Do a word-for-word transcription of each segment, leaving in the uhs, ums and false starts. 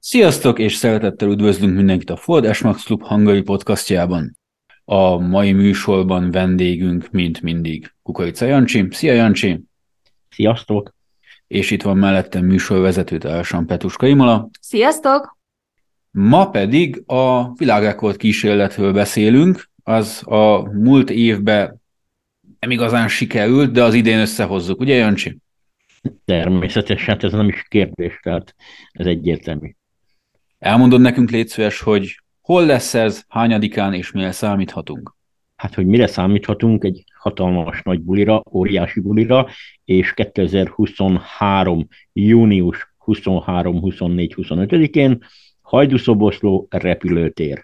Sziasztok, és szeretettel üdvözlünk mindenkit a Ford S-Max Club hangai podcastjában. A mai műsorban vendégünk, mint mindig, Kukorica Jancsi. Szia, Jancsi! Sziasztok! És itt van mellettem műsorvezetőtársam Petuska Imola. Sziasztok! Ma pedig a világrekord kísérletről beszélünk. Az a múlt évben nem igazán sikerült, de az idén összehozzuk, ugye, Jancsi? Természetesen, hát ez nem is kérdés, tehát ez egyértelmű. Elmondod nekünk, légy szíves, hogy hol lesz ez, hányadikán és mire számíthatunk? Hát, hogy mire számíthatunk, egy hatalmas nagy bulira, óriási bulira, és kétezer-huszonhárom. június huszonhárom, huszonnégy, huszonötödikén Hajdúszoboszló repülőtér.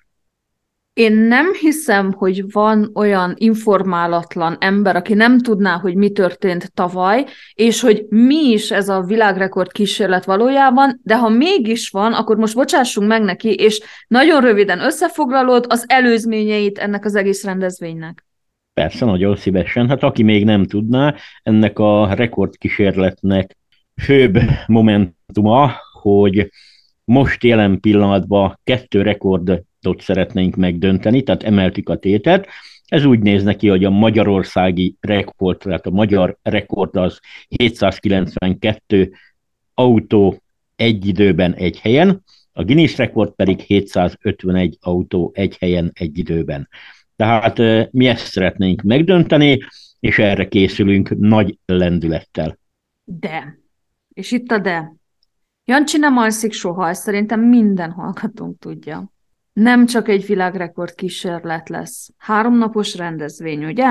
Én nem hiszem, hogy van olyan informálatlan ember, aki nem tudná, hogy mi történt tavaly, és hogy mi is ez a világrekord kísérlet valójában, de ha mégis van, akkor most bocsássunk meg neki, és nagyon röviden összefoglalod az előzményeit ennek az egész rendezvénynek. Persze, nagyon szívesen. Hát aki még nem tudná, ennek a rekordkísérletnek főbb momentuma, hogy most jelen pillanatban kettő rekordot szeretnénk megdönteni, tehát emeltük a tétet. Ez úgy néz neki, hogy a magyarországi rekord, tehát a magyar rekord az hétszázkilencvenkettő autó egy időben, egy helyen, a Guinness rekord pedig hétszázötvenegy autó egy helyen, egy időben. Tehát mi ezt szeretnénk megdönteni, és erre készülünk nagy lendülettel. De, és itt a de. Jancsi nem alszik soha, ezt szerintem minden hallgatónk tudja. Nem csak egy világrekord kísérlet lesz. Háromnapos rendezvény, ugye?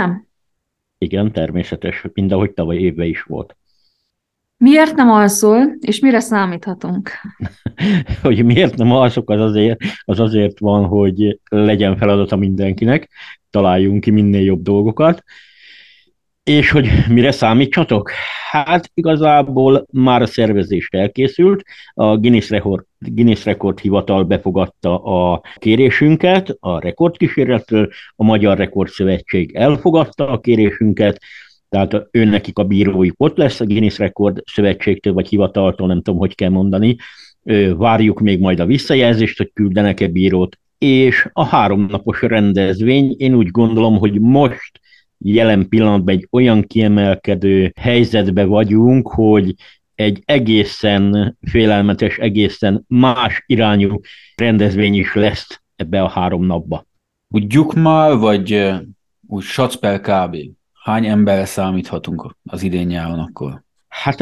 Igen, természetes, mind ahogy tavaly évben is volt. Miért nem alszol, és mire számíthatunk? Hogy miért nem alszok, az azért, az azért van, hogy legyen feladata mindenkinek, találjunk ki minél jobb dolgokat. És hogy mire számítsatok? Hát igazából már a szervezés elkészült, a Guinness Rekord, Guinness Rekord Hivatal befogadta a kérésünket a rekordkísérletről, a Magyar Rekordszövetség elfogadta a kérésünket, tehát őnekik a bírójuk ott lesz a Guinness Rekord Szövetségtől vagy hivataltól, nem tudom, hogy kell mondani. Várjuk még majd a visszajelzést, hogy küldenek-e bírót, és a háromnapos rendezvény, én úgy gondolom, hogy most jelen pillanatban egy olyan kiemelkedő helyzetbe vagyunk, hogy egy egészen félelmetes, egészen más irányú rendezvény is lesz ebbe a három napba. Tudjuk már, vagy úgy satszpel kb. Hány emberre számíthatunk az idén nyáron akkor? Hát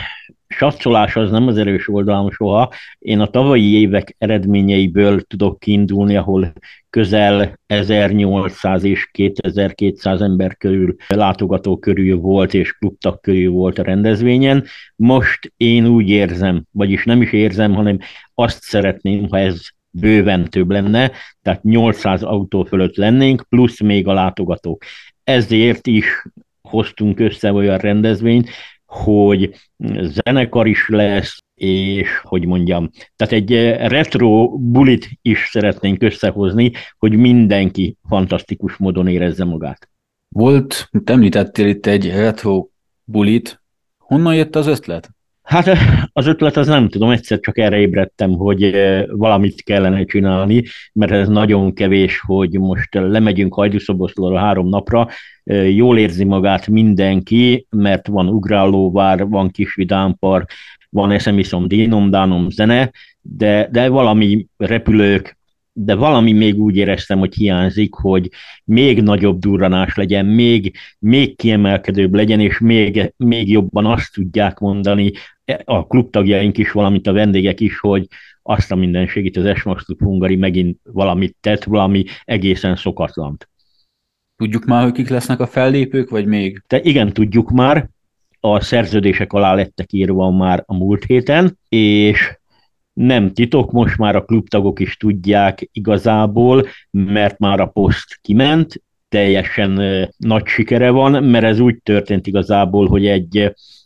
satszolás az nem az erős oldalam soha. Én a tavalyi évek eredményeiből tudok kiindulni, ahol közel ezernyolcszáz és kétezer-kétszáz ember körül, látogató körül volt, és klubtag körül volt a rendezvényen. Most én úgy érzem, vagyis nem is érzem, hanem azt szeretném, ha ez bőven több lenne, tehát nyolcszáz autó fölött lennénk, plusz még a látogatók. Ezért is hoztunk össze olyan rendezvényt, hogy zenekar is lesz, és hogy mondjam, tehát egy retro bulit is szeretnénk összehozni, hogy mindenki fantasztikus módon érezze magát. Volt, említettél itt egy retro bulit. Honnan jött az ötlet? Hát az ötlet az nem tudom, egyszer csak erre ébredtem, hogy valamit kellene csinálni, mert ez nagyon kevés, hogy most lemegyünk Hajdúszoboszlóra három napra, jól érzi magát mindenki, mert van ugrálóvár, van kis vidámpark, van eszemiszom, dínom, dánom zene, de, de valami repülők, de valami még úgy éreztem, hogy hiányzik, hogy még nagyobb durranás legyen, még, még kiemelkedőbb legyen, és még, még jobban azt tudják mondani a klubtagjaink is, valamint a vendégek is, hogy azt a mindenségét az S-Max Club Hungary megint valamit tett, valami egészen szokatlant. Tudjuk már, hogy kik lesznek a fellépők, vagy még? De igen, tudjuk már, a szerződések alá lettek írva már a múlt héten, és nem titok, most már a klubtagok is tudják igazából, mert már a poszt kiment, teljesen nagy sikere van, mert ez úgy történt igazából, hogy egy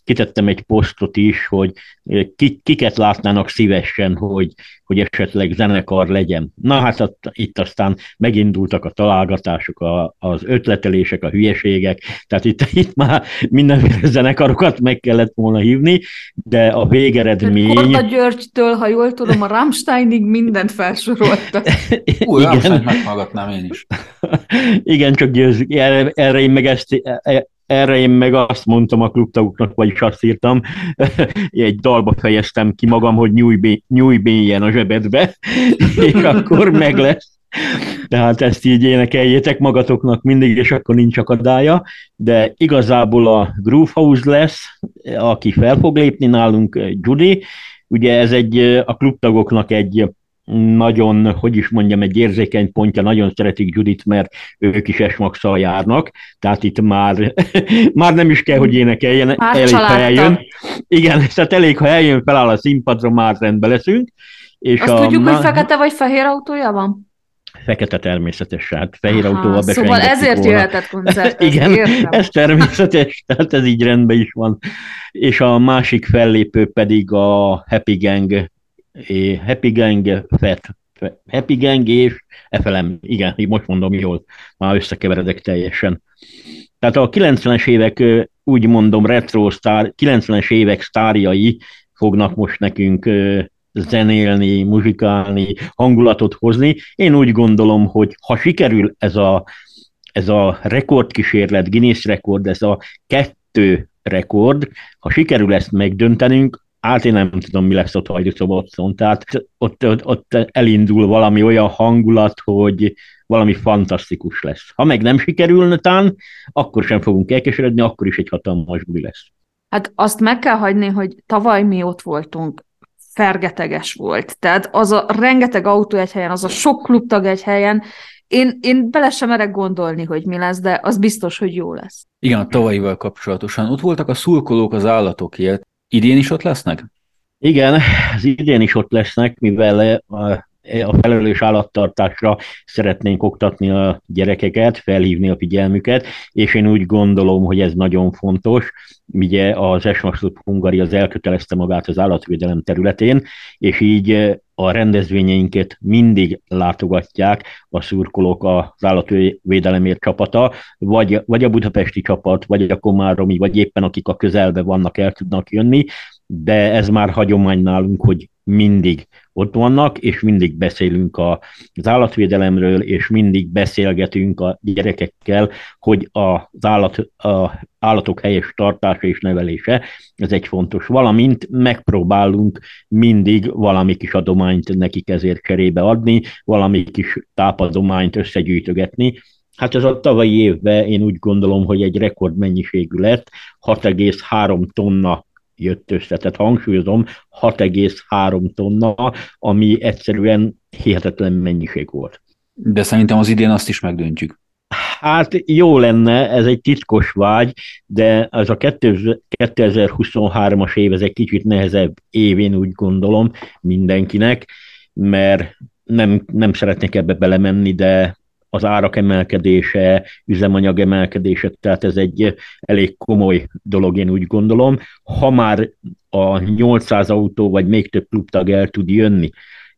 kitettem egy posztot is, hogy ki, kiket látnának szívesen, hogy, hogy esetleg zenekar legyen. Na hát ott, itt aztán megindultak a találgatások, a, az ötletelések, a hülyeségek, tehát itt, itt már mindenféle zenekarokat meg kellett volna hívni, de a végeredmény... Korda Györgytől, ha jól tudom, a Rammsteinig mindent felsoroltak. Új, Rammstein meghallgatnám én is. Igen, csak győzzük. Erre, erre én meg ezt... Erre én meg azt mondtam a klubtagoknak, vagyis azt írtam, egy dalba fejeztem ki magam, hogy nyújj, nyújj béljen a zsebedbe, és akkor meg lesz. Tehát ezt így énekeljétek magatoknak mindig, és akkor nincs akadálya, de igazából a Groove House lesz, aki fel fog lépni nálunk, Judy. Ugye ez egy a klubtagoknak egy nagyon, hogy is mondjam, egy érzékeny pontja, nagyon szeretik Judit, mert ők is esmakszal járnak, tehát itt már, már nem is kell, hogy énekeljen, már elég, családta. ha eljön. Igen, tehát elég, ha eljön, feláll a színpadra, már rendben leszünk. És azt a, tudjuk, na, hogy fekete vagy fehér autója van? Fekete természetesen, hát fehér Aha, autóval be szóval ezért volna. Jöhetett koncerthez. Igen, értem. Ez természetes, tehát ez így rendben is van. És a másik fellépő pedig a Happy Gang, Happy Gang Fat, Happy Gang és ef el em, igen, így most mondom jól, már összekeveredek teljesen. Tehát a kilencvenes évek, úgy mondom, retro sztár, kilencvenes évek sztárjai fognak most nekünk zenélni, muzsikálni, hangulatot hozni. Én úgy gondolom, hogy ha sikerül ez a, ez a rekordkísérlet, Guinness rekord, ez a kettő rekord, ha sikerül ezt megdöntenünk, hát én nem tudom, mi lesz ott Hajdúszoboszon. Tehát ott, ott, ott elindul valami olyan hangulat, hogy valami fantasztikus lesz. Ha meg nem sikerülne tán, akkor sem fogunk elkeseredni, akkor is egy hatalmas buli lesz. Hát azt meg kell hagyni, hogy tavaly mi ott voltunk, fergeteges volt. Tehát az a rengeteg autó egy helyen, az a sok klubtag egy helyen, én, én bele sem merek gondolni, hogy mi lesz, de az biztos, hogy jó lesz. Igen, a tavalyival kapcsolatosan. Ott voltak a szurkolók az állatokért. Idén is ott lesznek? Igen, az idén is ott lesznek, mivel a, a felelős állattartásra szeretnénk oktatni a gyerekeket, felhívni a figyelmüket, és én úgy gondolom, hogy ez nagyon fontos. Ugye az Esmax Hungaria az elkötelezte magát az állatvédelem területén, és így a rendezvényeinket mindig látogatják a szurkolók az állatvédelemért csapata, vagy, vagy a budapesti csapat, vagy a komáromi, vagy éppen akik a közelben vannak, el tudnak jönni, de ez már hagyomány nálunk, hogy mindig ott vannak, és mindig beszélünk az állatvédelemről, és mindig beszélgetünk a gyerekekkel, hogy az állat, a állatok helyes tartása és nevelése, ez egy fontos. Valamint megpróbálunk mindig valami kis adományt nekik ezért cserébe adni, valami kis tápadományt összegyűjtögetni. Hát ez a tavalyi évben én úgy gondolom, hogy egy rekordmennyiségű lett, hat egész három tonna jött össze, tehát hangsúlyozom, hat egész három tonna, ami egyszerűen hihetetlen mennyiség volt. De szerintem az idén azt is megdöntjük. Hát jó lenne, ez egy titkos vágy, de ez a kétezer-huszonhármas év, ez egy kicsit nehezebb év, én úgy gondolom mindenkinek, mert nem, nem szeretnék ebbe belemenni, de az árak emelkedése, üzemanyag emelkedése, tehát ez egy elég komoly dolog, én úgy gondolom. Ha már a nyolcszáz autó, vagy még több klubtag el tud jönni,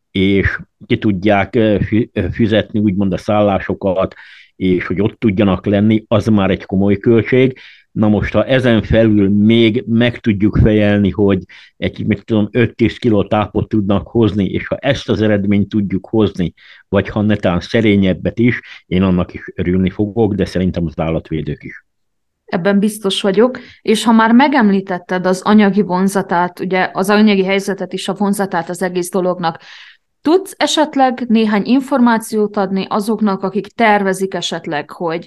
és ki tudják fizetni úgymond a szállásokat, és hogy ott tudjanak lenni, az már egy komoly költség. Na most, ha ezen felül még meg tudjuk fejelni, hogy egy, mit tudom, öt-tíz kiló tápot tudnak hozni, és ha ezt az eredményt tudjuk hozni, vagy ha netán szerényebbet is, én annak is örülni fogok, de szerintem az állatvédők is. Ebben biztos vagyok, és ha már megemlítetted az anyagi vonzatát, ugye az anyagi helyzetet is, a vonzatát az egész dolognak, tudsz esetleg néhány információt adni azoknak, akik tervezik esetleg, hogy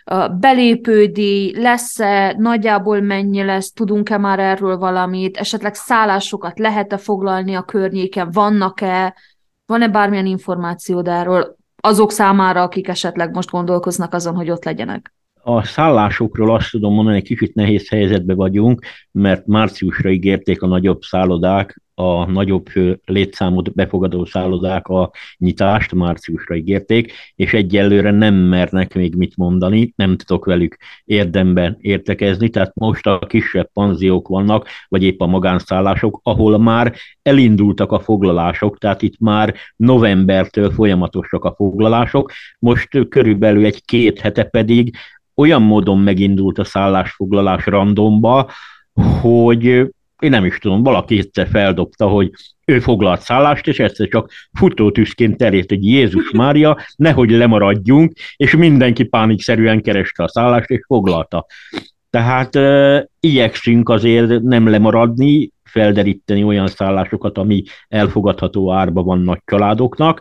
belépődíj, lesz-e, nagyjából mennyi lesz, tudunk-e már erről valamit, esetleg szállásokat lehet-e foglalni a környéken, vannak-e, van-e bármilyen információd erről azok számára, akik esetleg most gondolkoznak azon, hogy ott legyenek? A szállásokról azt tudom mondani, egy kicsit nehéz helyzetben vagyunk, mert márciusra ígérték a nagyobb szállodák, a nagyobb létszámot befogadó szállodák a nyitást, márciusra ígérték, és egyelőre nem mernek még mit mondani, nem tudok velük érdemben értekezni, tehát most a kisebb panziók vannak, vagy épp a magánszállások, ahol már elindultak a foglalások, tehát itt már novembertől folyamatosak a foglalások, most körülbelül egy két hete pedig olyan módon megindult a szállásfoglalás randomba, hogy én nem is tudom, valaki egyszer feldobta, hogy ő foglalt szállást, és egyszer csak futótűzként terjedt, hogy Jézus Mária, nehogy lemaradjunk, és mindenki pánikszerűen kereste a szállást, és foglalta. Tehát uh, igyekszünk azért nem lemaradni, felderíteni olyan szállásokat, ami elfogadható árba van nagy családoknak,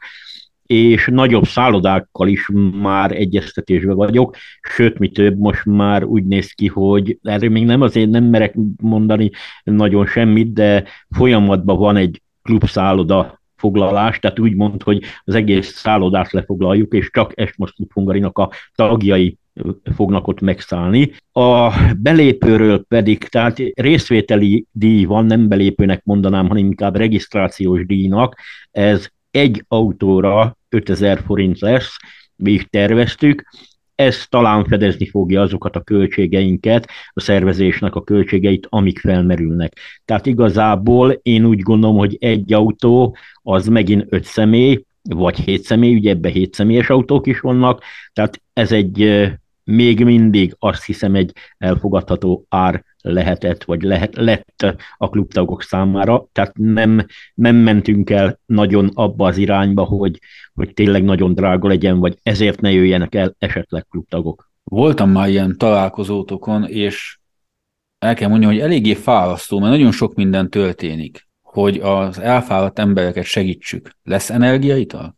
és nagyobb szállodákkal is már egyeztetésben vagyok, sőt, mi több, most már úgy néz ki, hogy erről még nem azért nem merek mondani nagyon semmit, de folyamatban van egy klubszálloda foglalás, tehát úgy mond, hogy az egész szállodát lefoglaljuk, és csak Esmos Klub Hungarinak a tagjai fognak ott megszállni. A belépőről pedig, tehát részvételi díj van, nem belépőnek mondanám, hanem inkább regisztrációs díjnak, ez egy autóra ötezer forint lesz, mi is terveztük, ez talán fedezni fogja azokat a költségeinket, a szervezésnek a költségeit, amik felmerülnek. Tehát igazából én úgy gondolom, hogy egy autó az megint öt személy, vagy hét személy, ugye ebben hét személyes autók is vannak, tehát ez egy még mindig azt hiszem egy elfogadható ár lehetett, vagy lehet, lett a klubtagok számára, tehát nem, nem mentünk el nagyon abba az irányba, hogy, hogy tényleg nagyon drága legyen, vagy ezért ne jöjjenek el esetleg klubtagok. Voltam már ilyen találkozótokon, és el kell mondjam, hogy eléggé fárasztó, mert nagyon sok minden történik, hogy az elfáradt embereket segítsük. Lesz energiaital?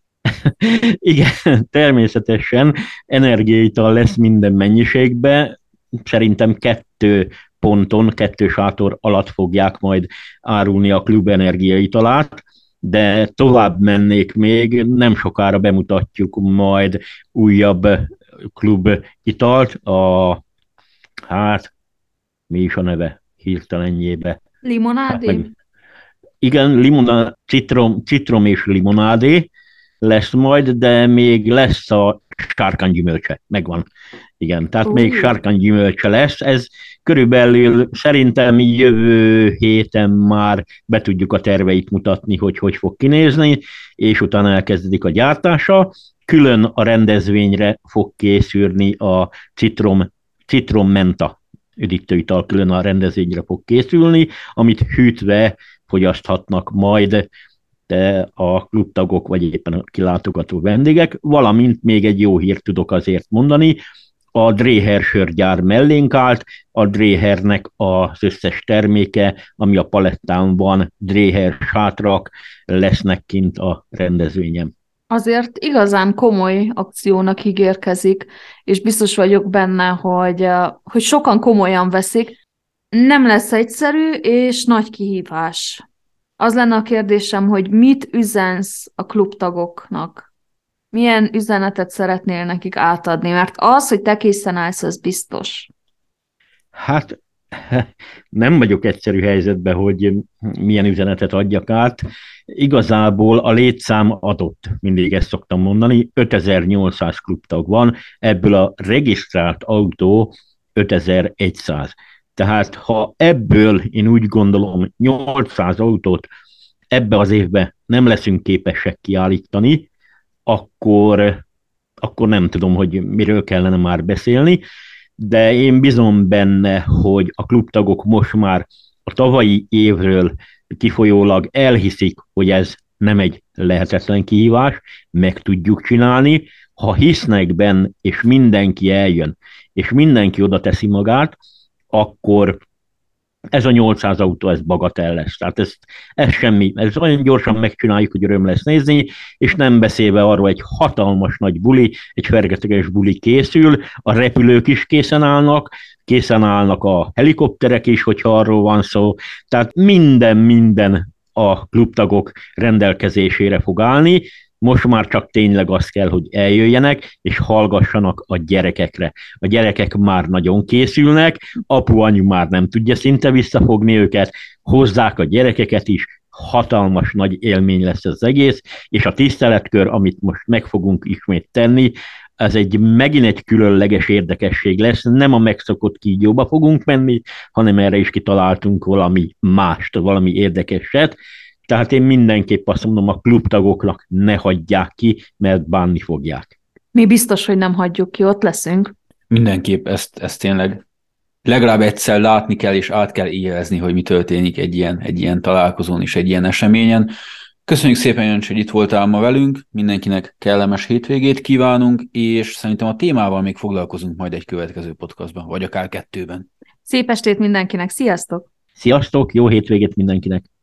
Igen, természetesen energiaital lesz minden mennyiségben, szerintem kettő ponton, kettő sátor alatt fogják majd árulni a klub energiaitalát, de tovább mennék még, nem sokára bemutatjuk majd újabb klub italt, a, hát, mi is a neve hirtelenjébe? Limonádé? Hát meg, igen, limonádé, citrom, citrom és limonádé lesz majd, de még lesz a sárkánygyümölcse, megvan. Igen, tehát uh. még sárkánygyümölcse lesz, ez körülbelül szerintem jövő héten már be tudjuk a terveit mutatni, hogy hogy fog kinézni, és utána elkezdődik a gyártása. Külön a rendezvényre fog készülni a citrom, citrommenta üdítőital, külön a rendezvényre fog készülni, amit hűtve fogyaszthatnak majd de a klubtagok, vagy éppen a kilátogató vendégek, valamint még egy jó hírt tudok azért mondani, a Dréher sörgyár mellénk állt, a Dréhernek az összes terméke, ami a palettán van, Dréher sátrak lesznek kint a rendezvényen. Azért igazán komoly akciónak ígérkezik, és biztos vagyok benne, hogy, hogy sokan komolyan veszik. Nem lesz egyszerű, és nagy kihívás. Az lenne a kérdésem, hogy mit üzensz a klubtagoknak? Milyen üzenetet szeretnél nekik átadni? Mert az, hogy te készen állsz, az biztos. Hát nem vagyok egyszerű helyzetben, hogy milyen üzenetet adjak át. Igazából a létszám adott, mindig ezt szoktam mondani, ötezer-nyolcszáz klubtag van, ebből a regisztrált autó ötezer-száz. Tehát ha ebből én úgy gondolom nyolcszáz autót ebbe az évben nem leszünk képesek kiállítani, akkor, akkor nem tudom, hogy miről kellene már beszélni, de én bízom benne, hogy a klubtagok most már a tavalyi évről kifolyólag elhiszik, hogy ez nem egy lehetetlen kihívás, meg tudjuk csinálni. Ha hisznek benne, és mindenki eljön, és mindenki oda teszi magát, akkor ez a nyolcszáz autó, ez bagatell lesz. Tehát ez, ez semmi, ez olyan gyorsan megcsináljuk, hogy öröm lesz nézni, és nem beszélve arról, egy hatalmas nagy buli, egy fergeteges buli készül, a repülők is készen állnak, készen állnak a helikopterek is, hogyha arról van szó. Tehát minden, minden a klubtagok rendelkezésére fog állni. Most már csak tényleg az kell, hogy eljöjjenek, és hallgassanak a gyerekekre. A gyerekek már nagyon készülnek, apu-anyu már nem tudja szinte visszafogni őket, hozzák a gyerekeket is, hatalmas nagy élmény lesz az egész, és a tiszteletkör, amit most meg fogunk ismét tenni, ez egy megint egy különleges érdekesség lesz, nem a megszokott kígyóba fogunk menni, hanem erre is kitaláltunk valami mást, valami érdekeset, tehát én mindenképp azt mondom, a klubtagoknak ne hagyják ki, mert bánni fogják. Mi biztos, hogy nem hagyjuk ki, ott leszünk. Mindenképp ezt, ezt tényleg legalább egyszer látni kell, és át kell érezni, hogy mi történik egy ilyen, egy ilyen találkozón és egy ilyen eseményen. Köszönjük szépen, Jancsi, hogy itt voltál ma velünk, mindenkinek kellemes hétvégét kívánunk, és szerintem a témával még foglalkozunk majd egy következő podcastban, vagy akár kettőben. Szép estét mindenkinek, sziasztok! Sziasztok, jó hétvégét mindenkinek!